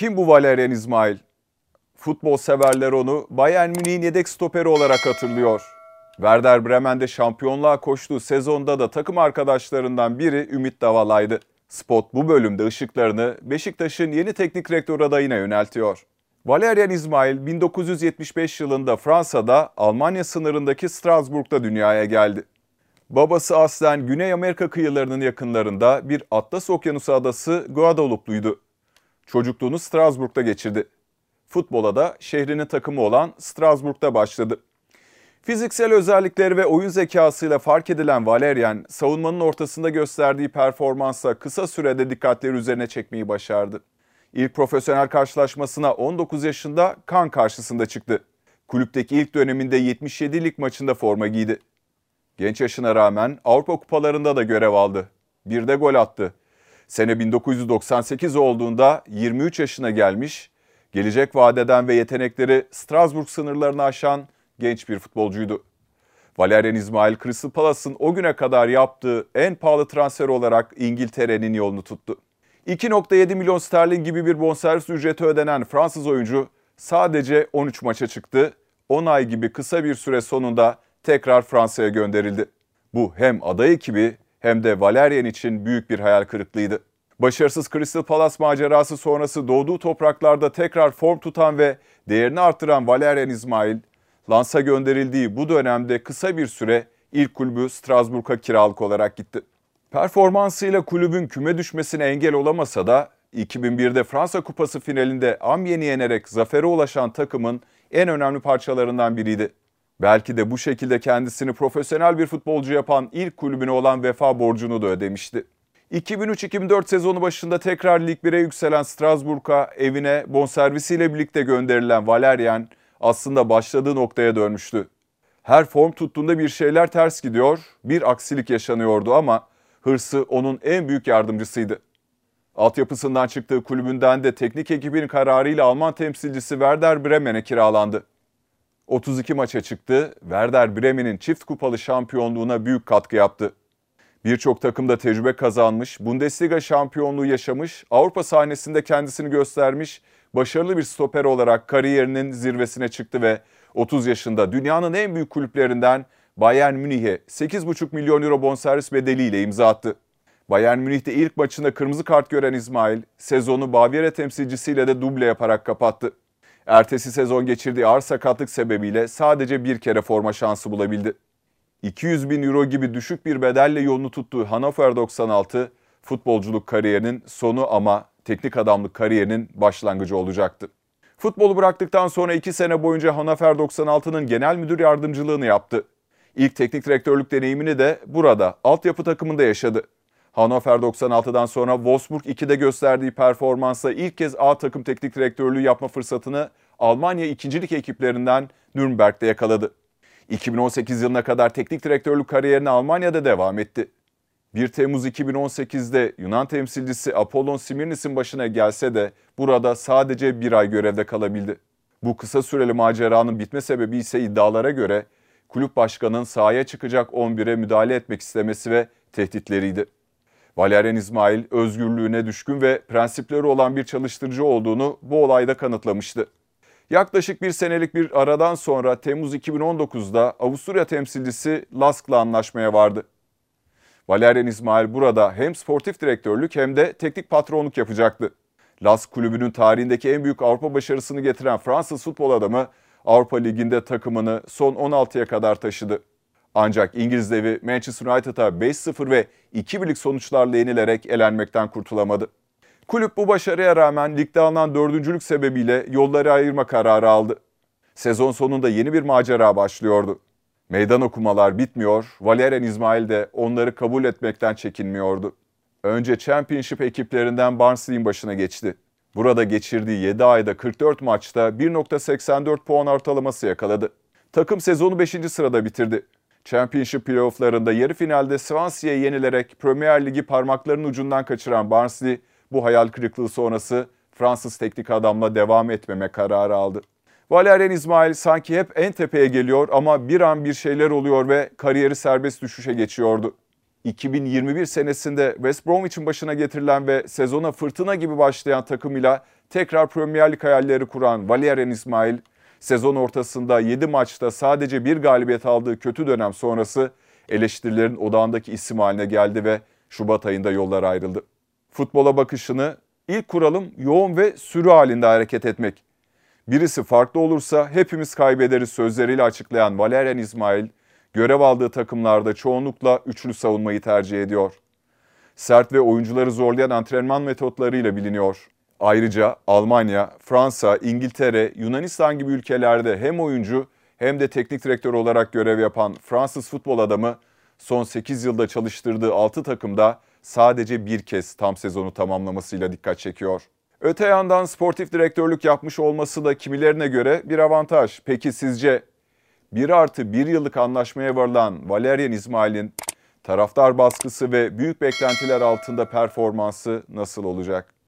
Kim bu Valerian İsmail? Futbol severler onu Bayern Münih'in yedek stoperi olarak hatırlıyor. Werder Bremen'de şampiyonluğa koştuğu sezonda da takım arkadaşlarından biri Ümit Davala'ydı. Spot bu bölümde ışıklarını Beşiktaş'ın yeni teknik direktör adayına yöneltiyor. Valerian İsmail 1975 yılında Fransa'da Almanya sınırındaki Strasbourg'da dünyaya geldi. Babası aslen Güney Amerika kıyılarının yakınlarında bir Atlas Okyanusu adası Guadeloupe'luydu. Çocukluğunu Strasbourg'da geçirdi. Futbola da şehrinin takımı olan Strasbourg'da başladı. Fiziksel özellikleri ve oyun zekasıyla fark edilen Valerian, savunmanın ortasında gösterdiği performansla kısa sürede dikkatleri üzerine çekmeyi başardı. İlk profesyonel karşılaşmasına 19 yaşında Caen karşısında çıktı. Kulüpteki ilk döneminde 77 lig maçında forma giydi. Genç yaşına rağmen Avrupa kupalarında da görev aldı. Bir de gol attı. Sene 1998 olduğunda 23 yaşına gelmiş, gelecek vadeden ve yetenekleri Strasbourg sınırlarını aşan genç bir futbolcuydu. Valerian İsmail, Crystal Palace'ın o güne kadar yaptığı en pahalı transfer olarak İngiltere'nin yolunu tuttu. 2,7 milyon sterlin gibi bir bonservis ücreti ödenen Fransız oyuncu sadece 13 maça çıktı. 10 ay gibi kısa bir süre sonunda tekrar Fransa'ya gönderildi. Bu hem aday ekibi hem de Valerian için büyük bir hayal kırıklığıydı. Başarısız Crystal Palace macerası sonrası doğduğu topraklarda tekrar form tutan ve değerini arttıran Valerian İsmail, Lens'a gönderildiği bu dönemde kısa bir süre ilk kulübü Strasbourg'a kiralık olarak gitti. Performansıyla kulübün küme düşmesine engel olamasa da 2001'de Fransa Kupası finalinde Amiens'i yenerek zafere ulaşan takımın en önemli parçalarından biriydi. Belki de bu şekilde kendisini profesyonel bir futbolcu yapan ilk kulübüne olan vefa borcunu da ödemişti. 2003-2004 sezonu başında tekrar Lig 1'e yükselen Strasbourg'a evine bonservisiyle birlikte gönderilen Valerian aslında başladığı noktaya dönmüştü. Her form tuttuğunda bir şeyler ters gidiyor, bir aksilik yaşanıyordu ama hırsı onun en büyük yardımcısıydı. Altyapısından çıktığı kulübünden de teknik ekibin kararıyla Alman temsilcisi Werder Bremen'e kiralandı. 32 maça çıktı, Werder Bremen'in çift kupalı şampiyonluğuna büyük katkı yaptı. Birçok takımda tecrübe kazanmış, Bundesliga şampiyonluğu yaşamış, Avrupa sahnesinde kendisini göstermiş, başarılı bir stoper olarak kariyerinin zirvesine çıktı ve 30 yaşında dünyanın en büyük kulüplerinden Bayern Münih'e 8,5 milyon euro bonservis bedeliyle imza attı. Bayern Münih'te ilk maçında kırmızı kart gören İsmail, sezonu Bavyera temsilcisiyle de duble yaparak kapattı. Ertesi sezon geçirdiği ağır sakatlık sebebiyle sadece bir kere forma şansı bulabildi. 200 bin euro gibi düşük bir bedelle yolunu tuttuğu Hannover 96, futbolculuk kariyerinin sonu ama teknik adamlık kariyerinin başlangıcı olacaktı. Futbolu bıraktıktan sonra 2 sene boyunca Hannover 96'nın genel müdür yardımcılığını yaptı. İlk teknik direktörlük deneyimini de burada, altyapı takımında yaşadı. Hannover 96'dan sonra Wolfsburg 2'de gösterdiği performansla ilk kez A takım teknik direktörlüğü yapma fırsatını Almanya 2. Lig ekiplerinden Nürnberg'de yakaladı. 2018 yılına kadar teknik direktörlük kariyerine Almanya'da devam etti. 1 Temmuz 2018'de Yunan temsilcisi Apollon Smirnis'in başına gelse de burada sadece bir ay görevde kalabildi. Bu kısa süreli maceranın bitme sebebi ise iddialara göre kulüp başkanının sahaya çıkacak 11'e müdahale etmek istemesi ve tehditleriydi. Valerian İsmail özgürlüğüne düşkün ve prensipleri olan bir çalıştırıcı olduğunu bu olayda kanıtlamıştı. Yaklaşık bir senelik bir aradan sonra Temmuz 2019'da Avusturya temsilcisi LASK'la anlaşmaya vardı. Valerian İsmail burada hem sportif direktörlük hem de teknik patronluk yapacaktı. LASK kulübünün tarihindeki en büyük Avrupa başarısını getiren Fransız futbol adamı Avrupa Ligi'nde takımını son 16'ya kadar taşıdı. Ancak İngiliz devi Manchester United'a 5-0 ve 2-1'lik sonuçlarla yenilerek elenmekten kurtulamadı. Kulüp bu başarıya rağmen ligde alınan 4. sebebiyle yolları ayırma kararı aldı. Sezon sonunda yeni bir macera başlıyordu. Meydan okumalar bitmiyor, Valerian İsmail de onları kabul etmekten çekinmiyordu. Önce Championship ekiplerinden Barnsley'in başına geçti. Burada geçirdiği 7 ayda 44 maçta 1,84 puan ortalaması yakaladı. Takım sezonu 5. sırada bitirdi. Championship playofflarında yarı finalde Swansea'ya yenilerek Premier Ligi parmaklarının ucundan kaçıran Barnsley, bu hayal kırıklığı sonrası Fransız teknik adamla devam etmeme kararı aldı. Valerian İsmail sanki hep en tepeye geliyor ama bir an bir şeyler oluyor ve kariyeri serbest düşüşe geçiyordu. 2021 senesinde West Bromwich'in başına getirilen ve sezona fırtına gibi başlayan takımıyla tekrar Premier Lig hayalleri kuran Valérien Ismaël, sezon ortasında 7 maçta sadece bir galibiyet aldığı kötü dönem sonrası eleştirilerin odağındaki isim haline geldi ve Şubat ayında yollar ayrıldı. Futbola bakışını, ilk kuralım yoğun ve sürü halinde hareket etmek. Birisi farklı olursa hepimiz kaybederiz sözleriyle açıklayan Valérien Ismaël, görev aldığı takımlarda çoğunlukla üçlü savunmayı tercih ediyor. Sert ve oyuncuları zorlayan antrenman metotlarıyla biliniyor. Ayrıca Almanya, Fransa, İngiltere, Yunanistan gibi ülkelerde hem oyuncu hem de teknik direktör olarak görev yapan Fransız futbol adamı son 8 yılda çalıştırdığı 6 takımda sadece bir kez tam sezonu tamamlamasıyla dikkat çekiyor. Öte yandan sportif direktörlük yapmış olması da kimilerine göre bir avantaj. Peki sizce 1+1 yıllık anlaşmaya varılan Valérien Ismaël'in taraftar baskısı ve büyük beklentiler altında performansı nasıl olacak?